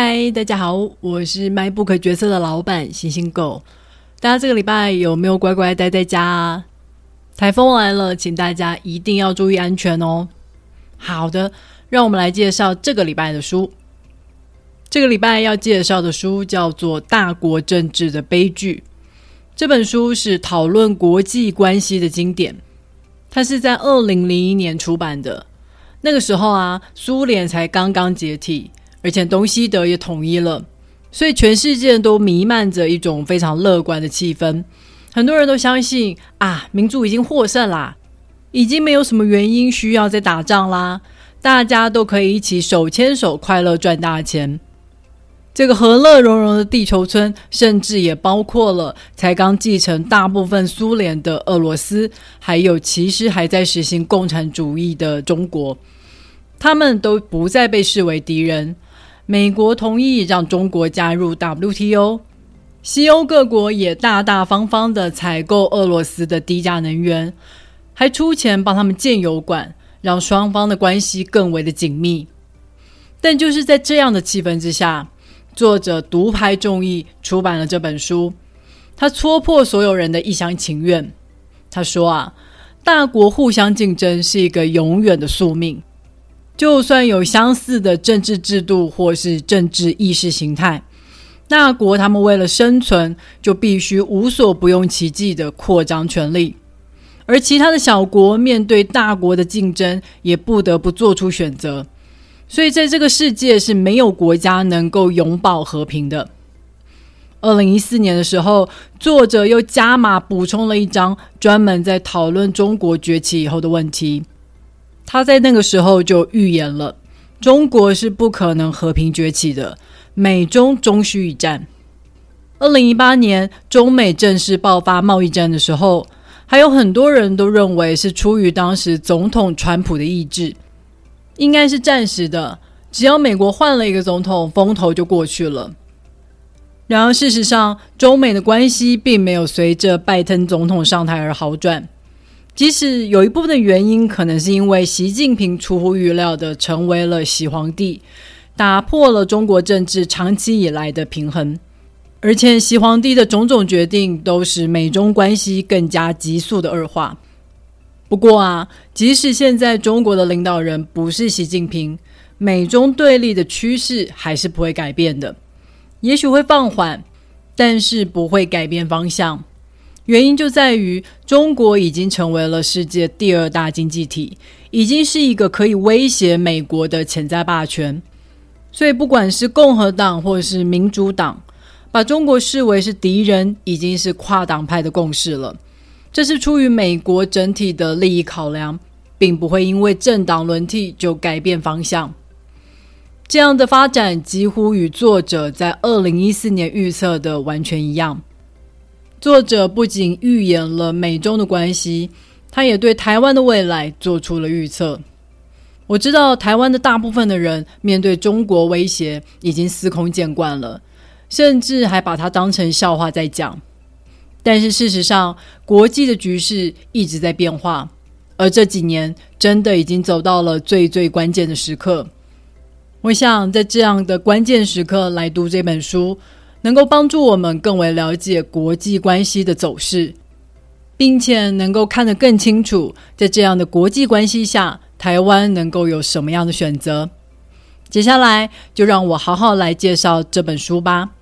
嗨，大家好，我是 MacBook 角色的老板星星狗。大家这个礼拜有没有乖乖待在家啊？台风来了，请大家一定要注意安全哦。好的，让我们来介绍这个礼拜的书。这个礼拜要介绍的书叫做《大国政治的悲剧》。这本书是讨论国际关系的经典，它是在2001年出版的。那个时候啊，苏联才刚刚解体，而且东西德也统一了，所以全世界都弥漫着一种非常乐观的气氛。很多人都相信民主已经获胜啦，已经没有什么原因需要再打仗啦，大家都可以一起手牵手快乐赚大钱。这个和乐融融的地球村甚至也包括了才刚继承大部分苏联的俄罗斯，还有其实还在实行共产主义的中国，他们都不再被视为敌人。美国同意让中国加入 WTO， 西欧各国也大大方方的采购俄罗斯的低价能源，还出钱帮他们建油管，让双方的关系更为的紧密。但就是在这样的气氛之下，作者独排众议出版了这本书。他戳破所有人的一厢情愿。他说大国互相竞争是一个永远的宿命，就算有相似的政治制度或是政治意识形态，大国他们为了生存就必须无所不用其极的扩张权力，而其他的小国面对大国的竞争也不得不做出选择。所以在这个世界是没有国家能够永保和平的。2014年的时候，作者又加码补充了一章，专门在讨论中国崛起以后的问题。他在那个时候就预言了，中国是不可能和平崛起的，美中终须一战。2018年中美正式爆发贸易战的时候，还有很多人都认为是出于当时总统川普的意志，应该是暂时的，只要美国换了一个总统，风头就过去了。然而事实上，中美的关系并没有随着拜登总统上台而好转，即使有一部分的原因可能是因为习近平出乎预料的成为了习皇帝，打破了中国政治长期以来的平衡，而且习皇帝的种种决定都使美中关系更加急速的恶化。不过即使现在中国的领导人不是习近平，美中对立的趋势还是不会改变的，也许会放缓，但是不会改变方向。原因就在于中国已经成为了世界第2大经济体，已经是一个可以威胁美国的潜在霸权。所以不管是共和党或是民主党，把中国视为是敌人已经是跨党派的共识了。这是出于美国整体的利益考量，并不会因为政党轮替就改变方向。这样的发展几乎与作者在2014年预测的完全一样。作者不仅预言了美中的关系，他也对台湾的未来做出了预测。我知道台湾的大部分的人面对中国威胁已经司空见惯了，甚至还把它当成笑话在讲。但是事实上，国际的局势一直在变化，而这几年真的已经走到了最关键的时刻。我想在这样的关键时刻来读这本书，能够帮助我们更为了解国际关系的走势，并且能够看得更清楚，在这样的国际关系下，台湾能够有什么样的选择。接下来就让我好好来介绍这本书吧。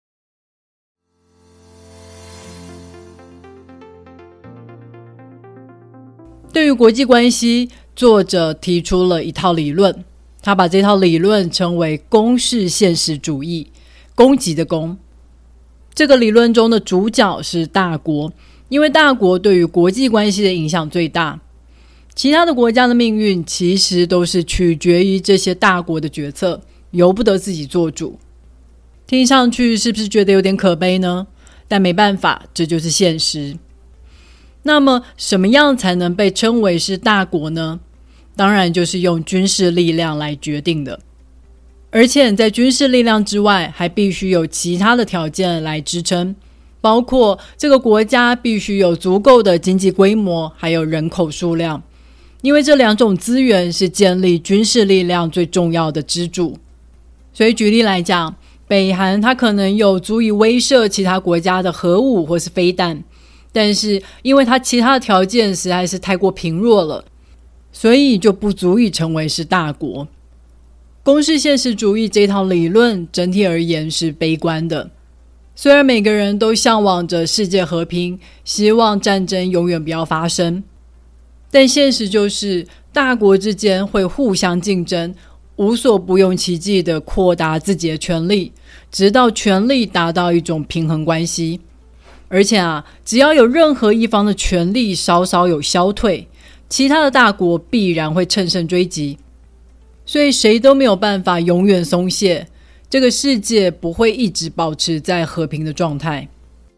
对于国际关系，作者提出了一套理论，他把这套理论称为攻势现实主义，攻击的攻。这个理论中的主角是大国，因为大国对于国际关系的影响最大，其他的国家的命运其实都是取决于这些大国的决策，由不得自己做主。听上去是不是觉得有点可悲呢？但没办法，这就是现实。那么什么样才能被称为是大国呢？当然就是用军事力量来决定的，而且在军事力量之外还必须有其他的条件来支撑，包括这个国家必须有足够的经济规模，还有人口数量，因为这两种资源是建立军事力量最重要的支柱。所以举例来讲， 北韩它可能有足以威慑其他国家的核武或是飞弹，但是因为它其他的条件实在是太过贫弱了，所以就不足以成为是大国。公式现实主义这套理论整体而言是悲观的，虽然每个人都向往着世界和平，希望战争永远不要发生，但现实就是大国之间会互相竞争，无所不用其极地扩大自己的权力，直到权力达到一种平衡关系。而且只要有任何一方的权力稍稍有消退，其他的大国必然会乘胜追击，所以谁都没有办法永远松懈，这个世界不会一直保持在和平的状态。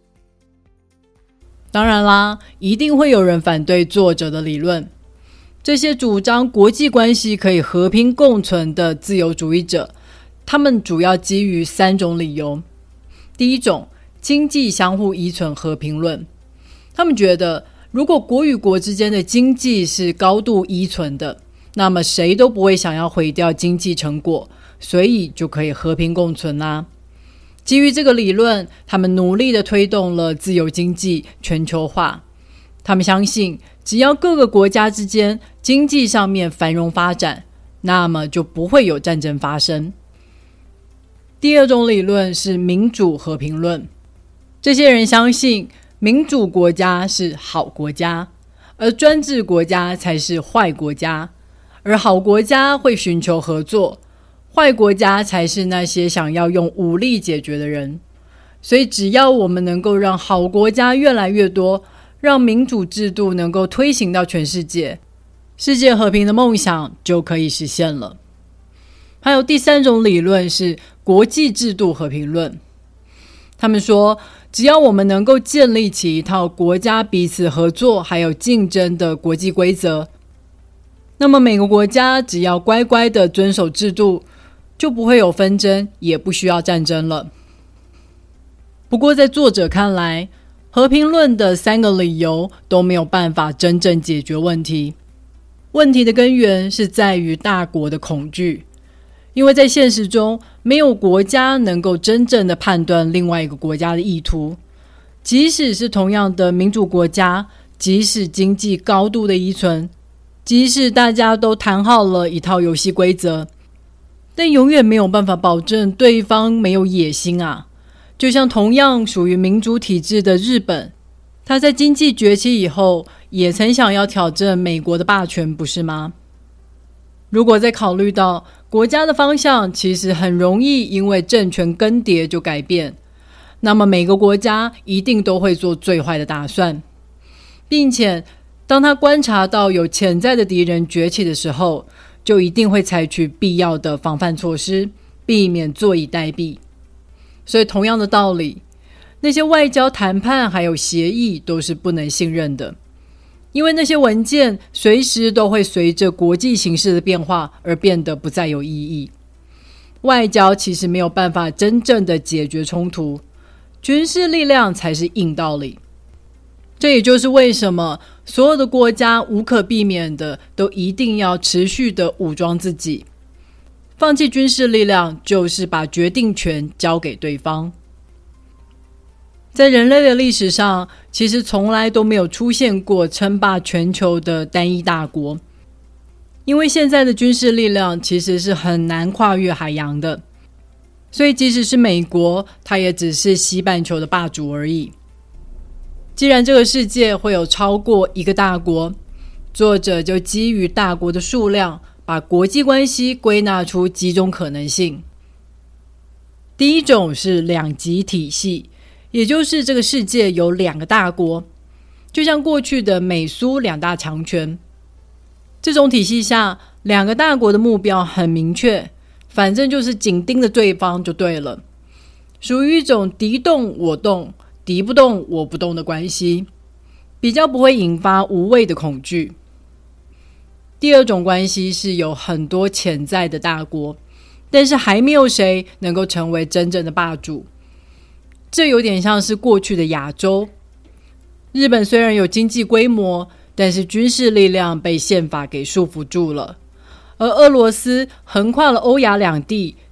当然啦，一定会有人反对作者的理论。这些主张国际关系可以和平共存的自由主义者，他们主要基于3种理由。第一种，经济相互依存和平论。他们觉得，如果国与国之间的经济是高度依存的，那么谁都不会想要毁掉经济成果，所以就可以和平共存啦。基于这个理论，他们努力地推动了自由经济全球化。他们相信，只要各个国家之间经济上面繁荣发展，那么就不会有战争发生。第二种理论是民主和平论。这些人相信民主国家是好国家，而专制国家才是坏国家，而好国家会寻求合作，坏国家才是那些想要用武力解决的人。所以只要我们能够让好国家越来越多，让民主制度能够推行到全世界，世界和平的梦想就可以实现了。还有第3种理论是国际制度和平论。他们说，只要我们能够建立起一套国家彼此合作还有竞争的国际规则，那么每个国家只要乖乖的遵守制度，就不会有纷争，也不需要战争了。不过在作者看来，和平论的3个理由都没有办法真正解决问题。问题的根源是在于大国的恐惧，因为在现实中，没有国家能够真正的判断另外一个国家的意图。即使是同样的民主国家，即使经济高度的依存，即使大家都谈好了一套游戏规则，但永远没有办法保证对方没有野心啊。就像同样属于民主体制的日本，他在经济崛起以后，也曾想要挑战美国的霸权，不是吗？如果再考虑到国家的方向其实很容易因为政权更迭就改变，那么每个国家一定都会做最坏的打算，并且当他观察到有潜在的敌人崛起的时候，就一定会采取必要的防范措施，避免坐以待毙。所以同样的道理，那些外交谈判还有协议都是不能信任的，因为那些文件随时都会随着国际形势的变化而变得不再有意义。外交其实没有办法真正的解决冲突，军事力量才是硬道理。这也就是为什么所有的国家无可避免的都一定要持续的武装自己。放弃军事力量就是把决定权交给对方。在人类的历史上，其实从来都没有出现过称霸全球的单一大国，因为现在的军事力量其实是很难跨越海洋的，所以即使是美国，它也只是西半球的霸主而已。既然这个世界会有超过一个大国，作者就基于大国的数量，把国际关系归纳出几种可能性。第一种是两极体系，也就是这个世界有2个大国，就像过去的美苏2大强权。这种体系下，2个大国的目标很明确，反正就是紧盯着对方就对了，属于一种敌动我动，敌不动我不动的关系，比较不会引发无谓的恐惧。第二种关系是有很多潜在的大国，但是还没有谁能够成为真正的霸主。这有点像是过去的亚洲，日本虽然有经济规模，但是军事力量被宪法给束缚住了，而俄罗斯横跨了欧亚两地，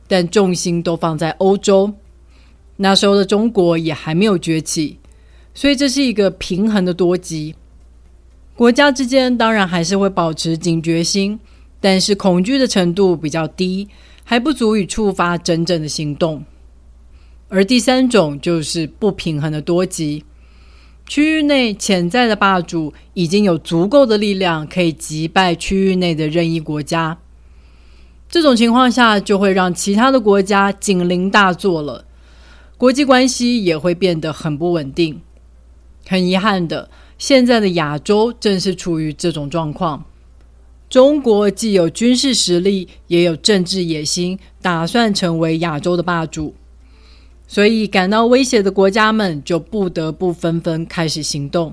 但重心都放在欧洲。那时候的中国也还没有崛起，所以这是一个平衡的多极。国家之间当然还是会保持警觉心，但是恐惧的程度比较低，还不足以触发真正的行动。而第三种就是不平衡的多极，区域内潜在的霸主已经有足够的力量可以击败区域内的任意国家。这种情况下就会让其他的国家警铃大作了，国际关系也会变得很不稳定。很遗憾的，现在的亚洲正是处于这种状况。中国既有军事实力，也有政治野心，打算成为亚洲的霸主。所以感到威胁的国家们就不得不纷纷开始行动。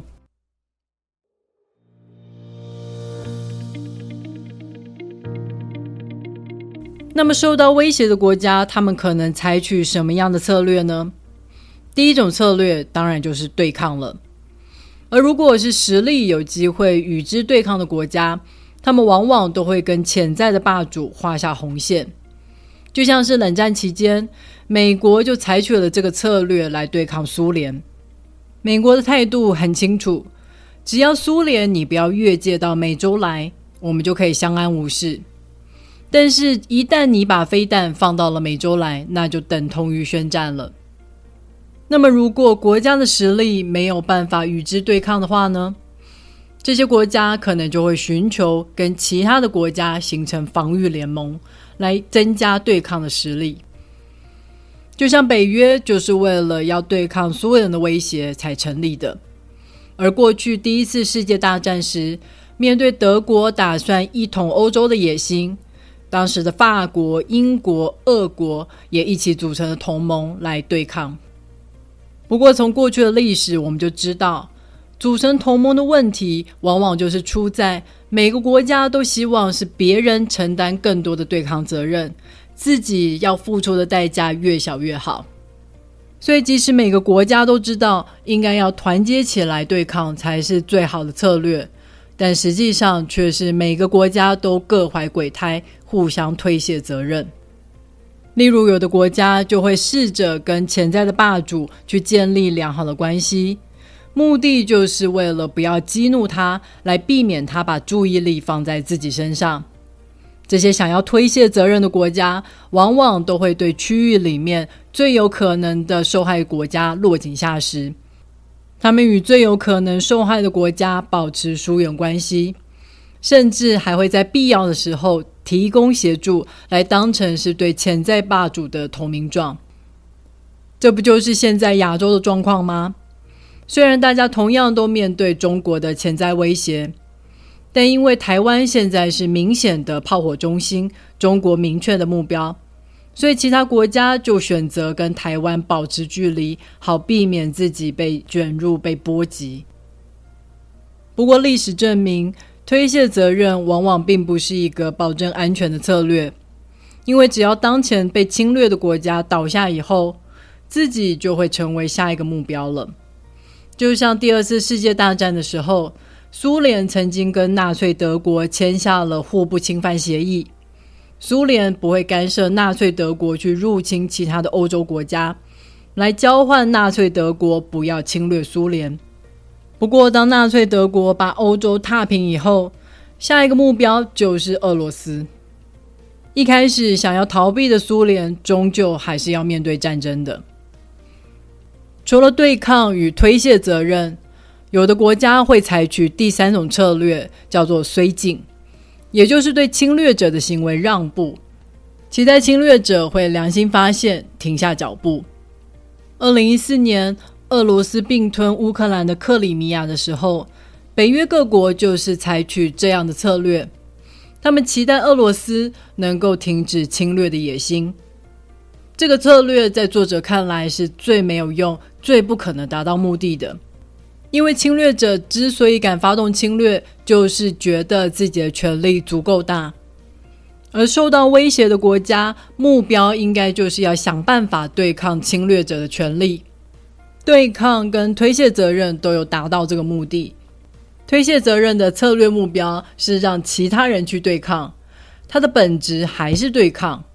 那么受到威胁的国家，他们可能采取什么样的策略呢？第一种策略当然就是对抗了。而如果是实力有机会与之对抗的国家，他们往往都会跟潜在的霸主画下红线。就像是冷战期间，美国就采取了这个策略来对抗苏联。美国的态度很清楚，只要苏联你不要越界到美洲来，我们就可以相安无事。但是一旦你把飞弹放到了美洲来，那就等同于宣战了。那么如果国家的实力没有办法与之对抗的话呢？这些国家可能就会寻求跟其他的国家形成防御联盟，来增加对抗的实力。就像北约就是为了要对抗苏联的威胁才成立的。而过去第一次世界大战时，面对德国打算一统欧洲的野心，当时的法国、英国、俄国也一起组成了同盟来对抗。不过从过去的历史我们就知道，组成同盟的问题往往就是出在每个国家都希望是别人承担更多的对抗责任，自己要付出的代价越小越好。所以即使每个国家都知道应该要团结起来对抗才是最好的策略，但实际上却是每个国家都各怀鬼胎，互相推卸责任。例如有的国家就会试着跟潜在的霸主去建立良好的关系，目的就是为了不要激怒他，来避免他把注意力放在自己身上。这些想要推卸责任的国家，往往都会对区域里面最有可能的受害国家落井下石。他们与最有可能受害的国家保持疏远关系，甚至还会在必要的时候提供协助，来当成是对潜在霸主的投名状。这不就是现在亚洲的状况吗？虽然大家同样都面对中国的潜在威胁，但因为台湾现在是明显的炮火中心，中国明确的目标，所以其他国家就选择跟台湾保持距离，好避免自己被卷入、被波及。不过历史证明，推卸责任往往并不是一个保证安全的策略，因为只要当前被侵略的国家倒下以后，自己就会成为下一个目标了。就像第二次世界大战的时候，苏联曾经跟纳粹德国签下了互不侵犯协议，苏联不会干涉纳粹德国去入侵其他的欧洲国家，来交换纳粹德国不要侵略苏联。不过当纳粹德国把欧洲踏平以后，下一个目标就是俄罗斯。一开始想要逃避的苏联，终究还是要面对战争的。除了对抗与推卸责任，有的国家会采取第三种策略，叫做绥靖，也就是对侵略者的行为让步，期待侵略者会良心发现，停下脚步。2014年俄罗斯并吞乌克兰的克里米亚的时候，北约各国就是采取这样的策略，他们期待俄罗斯能够停止侵略的野心。这个策略在作者看来是最没有用、最不可能达到目的的，因为侵略者之所以敢发动侵略，就是觉得自己的权力足够大，而受到威胁的国家目标应该就是要想办法对抗侵略者的权力。对抗跟推卸责任都有达到这个目的。推卸责任的策略目标是让其他人去对抗，它的本质还是对抗。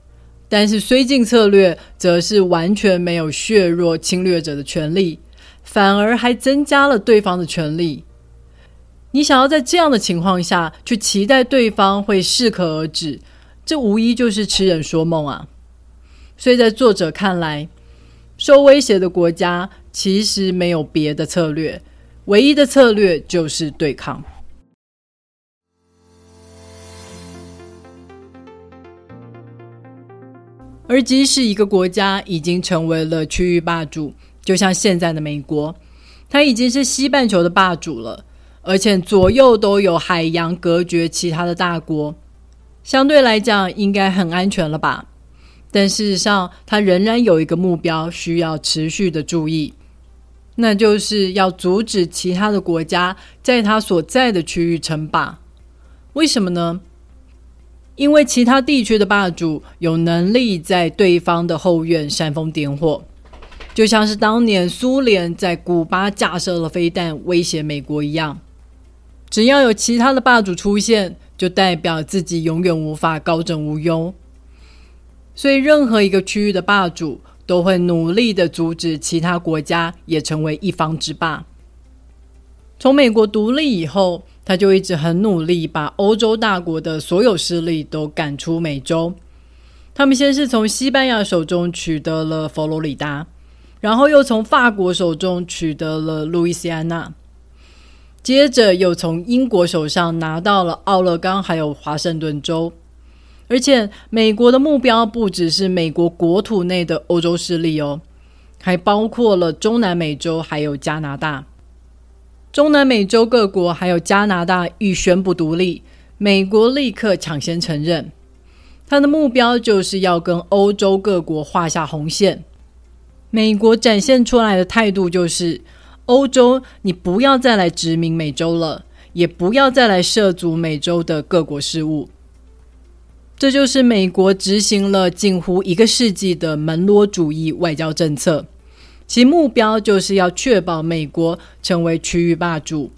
但是绥靖策略则是完全没有削弱侵略者的权利，反而还增加了对方的权利。你想要在这样的情况下去期待对方会适可而止，这无疑就是痴人说梦啊。所以在作者看来，受威胁的国家其实没有别的策略，唯一的策略就是对抗。而即使一个国家已经成为了区域霸主，就像现在的美国，它已经是西半球的霸主了，而且左右都有海洋隔绝其他的大国，相对来讲应该很安全了吧。但事实上它仍然有一个目标需要持续的注意，那就是要阻止其他的国家在它所在的区域称霸。为什么呢？因为其他地区的霸主有能力在对方的后院煽风点火，就像是当年苏联在古巴架设了飞弹威胁美国一样。只要有其他的霸主出现，就代表自己永远无法高枕无忧。所以任何一个区域的霸主都会努力的阻止其他国家也成为一方之霸。从美国独立以后，他就一直很努力把欧洲大国的所有势力都赶出美洲。他们先是从西班牙手中取得了佛罗里达，然后又从法国手中取得了路易斯安那，接着又从英国手上拿到了奥勒冈还有华盛顿州。而且美国的目标不只是美国国土内的欧洲势力哦，还包括了中南美洲还有加拿大。中南美洲各国还有加拿大欲宣布独立，美国立刻抢先承认。他的目标就是要跟欧洲各国画下红线。美国展现出来的态度就是，欧洲你不要再来殖民美洲了，也不要再来涉足美洲的各国事务。这就是美国执行了近乎1个世纪的门罗主义外交政策，其目标就是要确保美国成为区域霸主。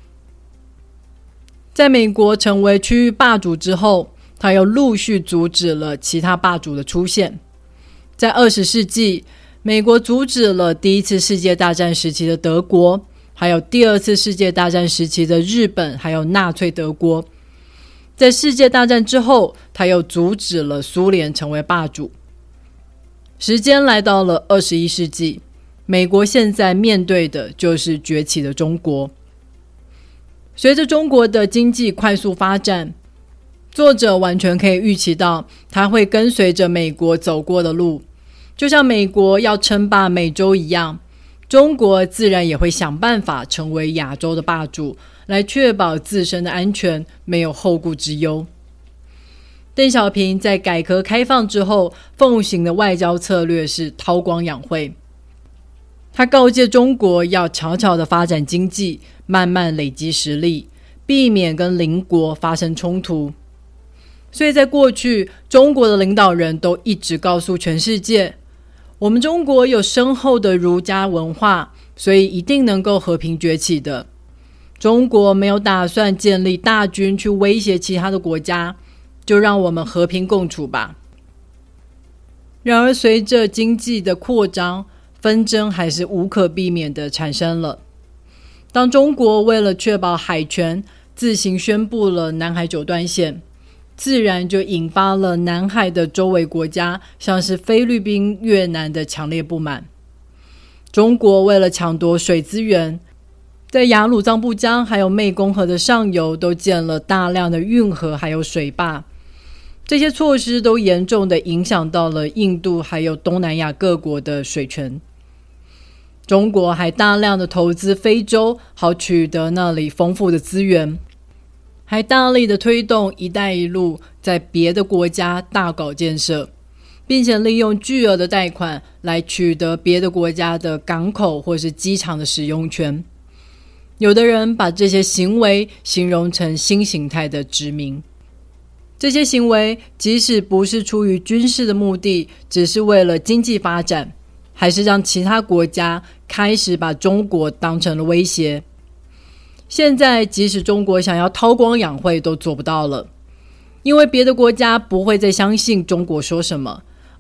在美国成为区域霸主之后，他又陆续阻止了其他霸主的出现。在20世纪，美国阻止了第一次世界大战时期的德国，还有第二次世界大战时期的日本，还有纳粹德国。在世界大战之后，他又阻止了苏联成为霸主。时间来到了21世纪，美国现在面对的就是崛起的中国。随着中国的经济快速发展，作者完全可以预期到他会跟随着美国走过的路，就像美国要称霸美洲一样，中国自然也会想办法成为亚洲的霸主，来确保自身的安全，没有后顾之忧。邓小平在改革开放之后奉行的外交策略是韬光养晦，他告诫中国要悄悄地发展经济，慢慢累积实力，避免跟邻国发生冲突。所以在过去，中国的领导人都一直告诉全世界，我们中国有深厚的儒家文化，所以一定能够和平崛起的。中国没有打算建立大军去威胁其他的国家，就让我们和平共处吧。然而随着经济的扩张，纷争还是无可避免的产生了。当中国为了确保海权，自行宣布了南海9段线，自然就引发了南海的周围国家，像是菲律宾、越南的强烈不满。中国为了抢夺水资源，在雅鲁藏布江还有湄公河的上游都建了大量的运河还有水坝，这些措施都严重的影响到了印度还有东南亚各国的水权。中国还大量的投资非洲，好取得那里丰富的资源，还大力的推动一带一路在别的国家大搞建设，并且利用巨额的贷款来取得别的国家的港口或是机场的使用权。有的人把这些行为形容成新形态的殖民。这些行为即使不是出于军事的目的，只是为了经济发展，还是让其他国家开始把中国当成了威胁。现在即使中国想要韬光养晦都做不到了，因为别的国家不会再相信中国说什么，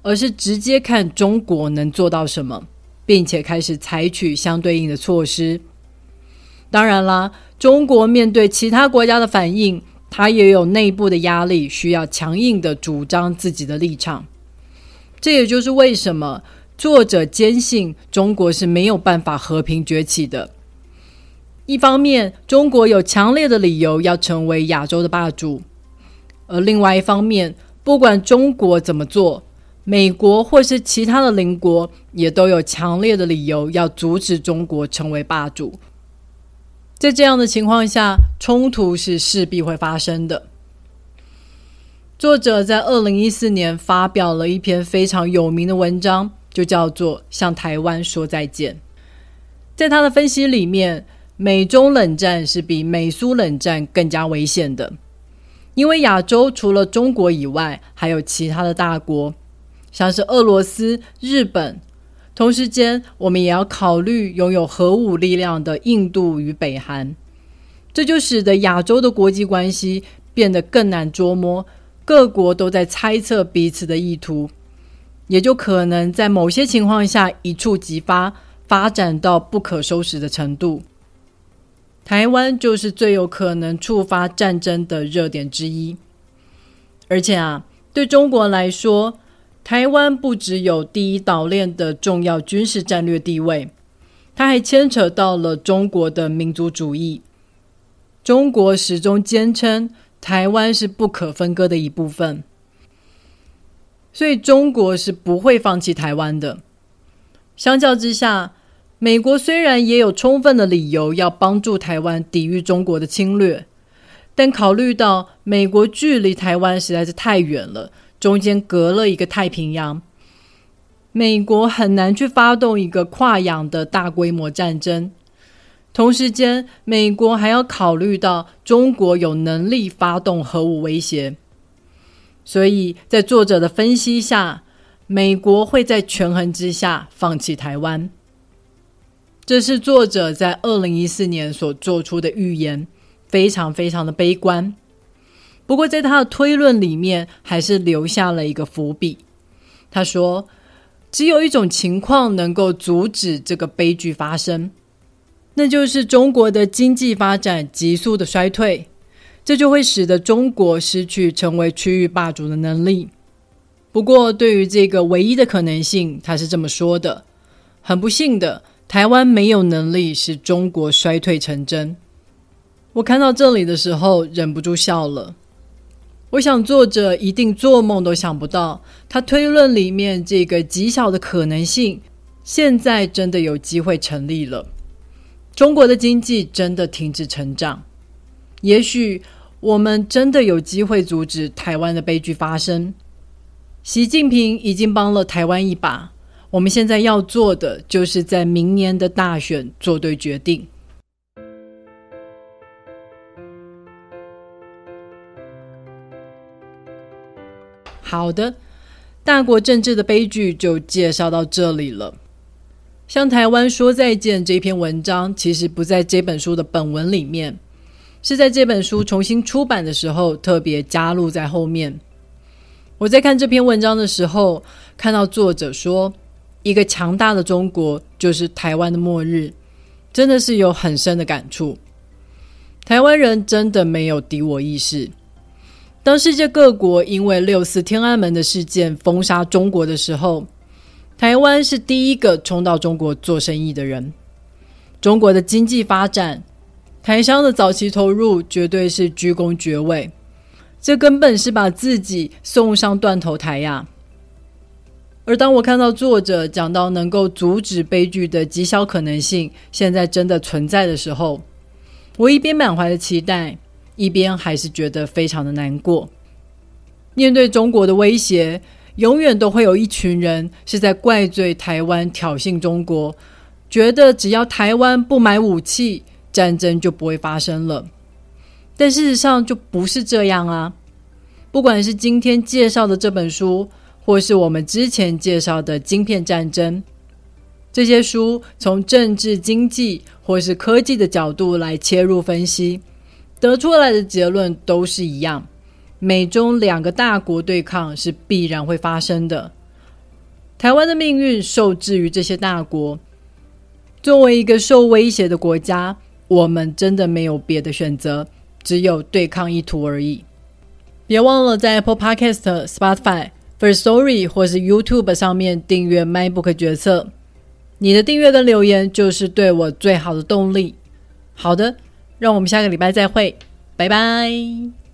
而是直接看中国能做到什么，并且开始采取相对应的措施。当然啦，中国面对其他国家的反应，它也有内部的压力，需要强硬的主张自己的立场。这也就是为什么作者坚信中国是没有办法和平崛起的。一方面，中国有强烈的理由要成为亚洲的霸主，而另外一方面，不管中国怎么做，美国或是其他的邻国也都有强烈的理由要阻止中国成为霸主。在这样的情况下，冲突是势必会发生的。作者在2014年发表了一篇非常有名的文章，就叫做《向台湾说再见》。在他的分析里面，美中冷战是比美苏冷战更加危险的，因为亚洲除了中国以外，还有其他的大国，像是俄罗斯、日本。同时间，我们也要考虑拥有核武力量的印度与北韩。这就使得亚洲的国际关系变得更难捉摸，各国都在猜测彼此的意图，也就可能在某些情况下一触即发，发展到不可收拾的程度。台湾就是最有可能触发战争的热点之一。而且对中国来说，台湾不只有第一岛链的重要军事战略地位，它还牵扯到了中国的民族主义。中国始终坚称台湾是不可分割的一部分，所以中国是不会放弃台湾的。相较之下，美国虽然也有充分的理由要帮助台湾抵御中国的侵略，但考虑到美国距离台湾实在是太远了，中间隔了一个太平洋，美国很难去发动一个跨洋的大规模战争。同时间，美国还要考虑到中国有能力发动核武威胁，所以在作者的分析下，美国会在权衡之下放弃台湾。这是作者在2014年所做出的预言，非常非常的悲观。不过在他的推论里面还是留下了一个伏笔。他说，只有一种情况能够阻止这个悲剧发生，那就是中国的经济发展急速的衰退，这就会使得中国失去成为区域霸主的能力。不过对于这个唯一的可能性，他是这么说的，很不幸的，台湾没有能力使中国衰退成真。我看到这里的时候忍不住笑了。我想作者一定做梦都想不到，他推论里面这个极小的可能性，现在真的有机会成立了。中国的经济真的停止成长，也许我们真的有机会阻止台湾的悲剧发生。习近平已经帮了台湾一把，我们现在要做的就是在明年的大选做对决定。好的，大国政治的悲剧就介绍到这里了。向台湾说再见这篇文章其实不在这本书的本文里面，是在这本书重新出版的时候特别加入在后面。我在看这篇文章的时候，看到作者说一个强大的中国就是台湾的末日，真的是有很深的感触。台湾人真的没有敌我意识。当世界各国因为6·4天安门的事件封杀中国的时候，台湾是第一个冲到中国做生意的人。中国的经济发展，台商的早期投入绝对是居功厥伟，这根本是把自己送上断头台呀。而当我看到作者讲到能够阻止悲剧的极小可能性现在真的存在的时候，我一边满怀的期待，一边还是觉得非常的难过。面对中国的威胁，永远都会有一群人是在怪罪台湾挑衅中国，觉得只要台湾不买武器，战争就不会发生了。但事实上就不是这样啊！不管是今天介绍的这本书，或是我们之前介绍的《晶片战争》，这些书从政治、经济或是科技的角度来切入分析，得出来的结论都是一样，美中两个大国对抗是必然会发生的， 台湾的命运受制于这些大国，作为一个受威胁的国家，我们真的没有别的选择，只有对抗意图而已。别忘了在 Apple Podcast、Spotify、Firstory 或是 YouTube 上面订阅 MindBook 决策，你的订阅跟留言就是对我最好的动力。好的，让我们下个礼拜再会，拜拜。